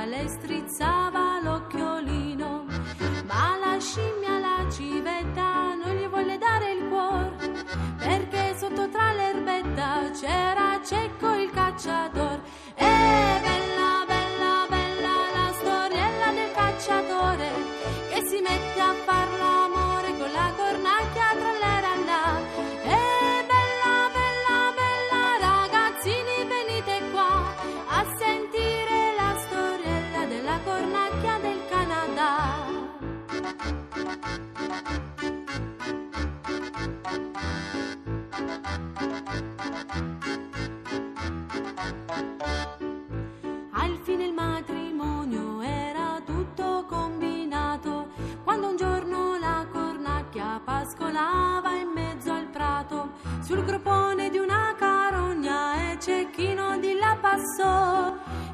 lei strizzava l'occhiolino, ma la scimmia, la civetta, non gli volle dare il cuore, perché sotto tra l'erbetta c'era Cecco il cacciatore. Bella, bella, bella la storiella del cacciatore, che si mette a far l'amore con la cornacchia tra le randà. Bella, bella, bella, ragazzini, venite qua a sentire la storiella della cornacchia del Canada. Al fine il matrimonio era tutto combinato, quando un giorno la cornacchia pascolava in mezzo al prato, sul groppone di una carogna e Cecchino di là passò.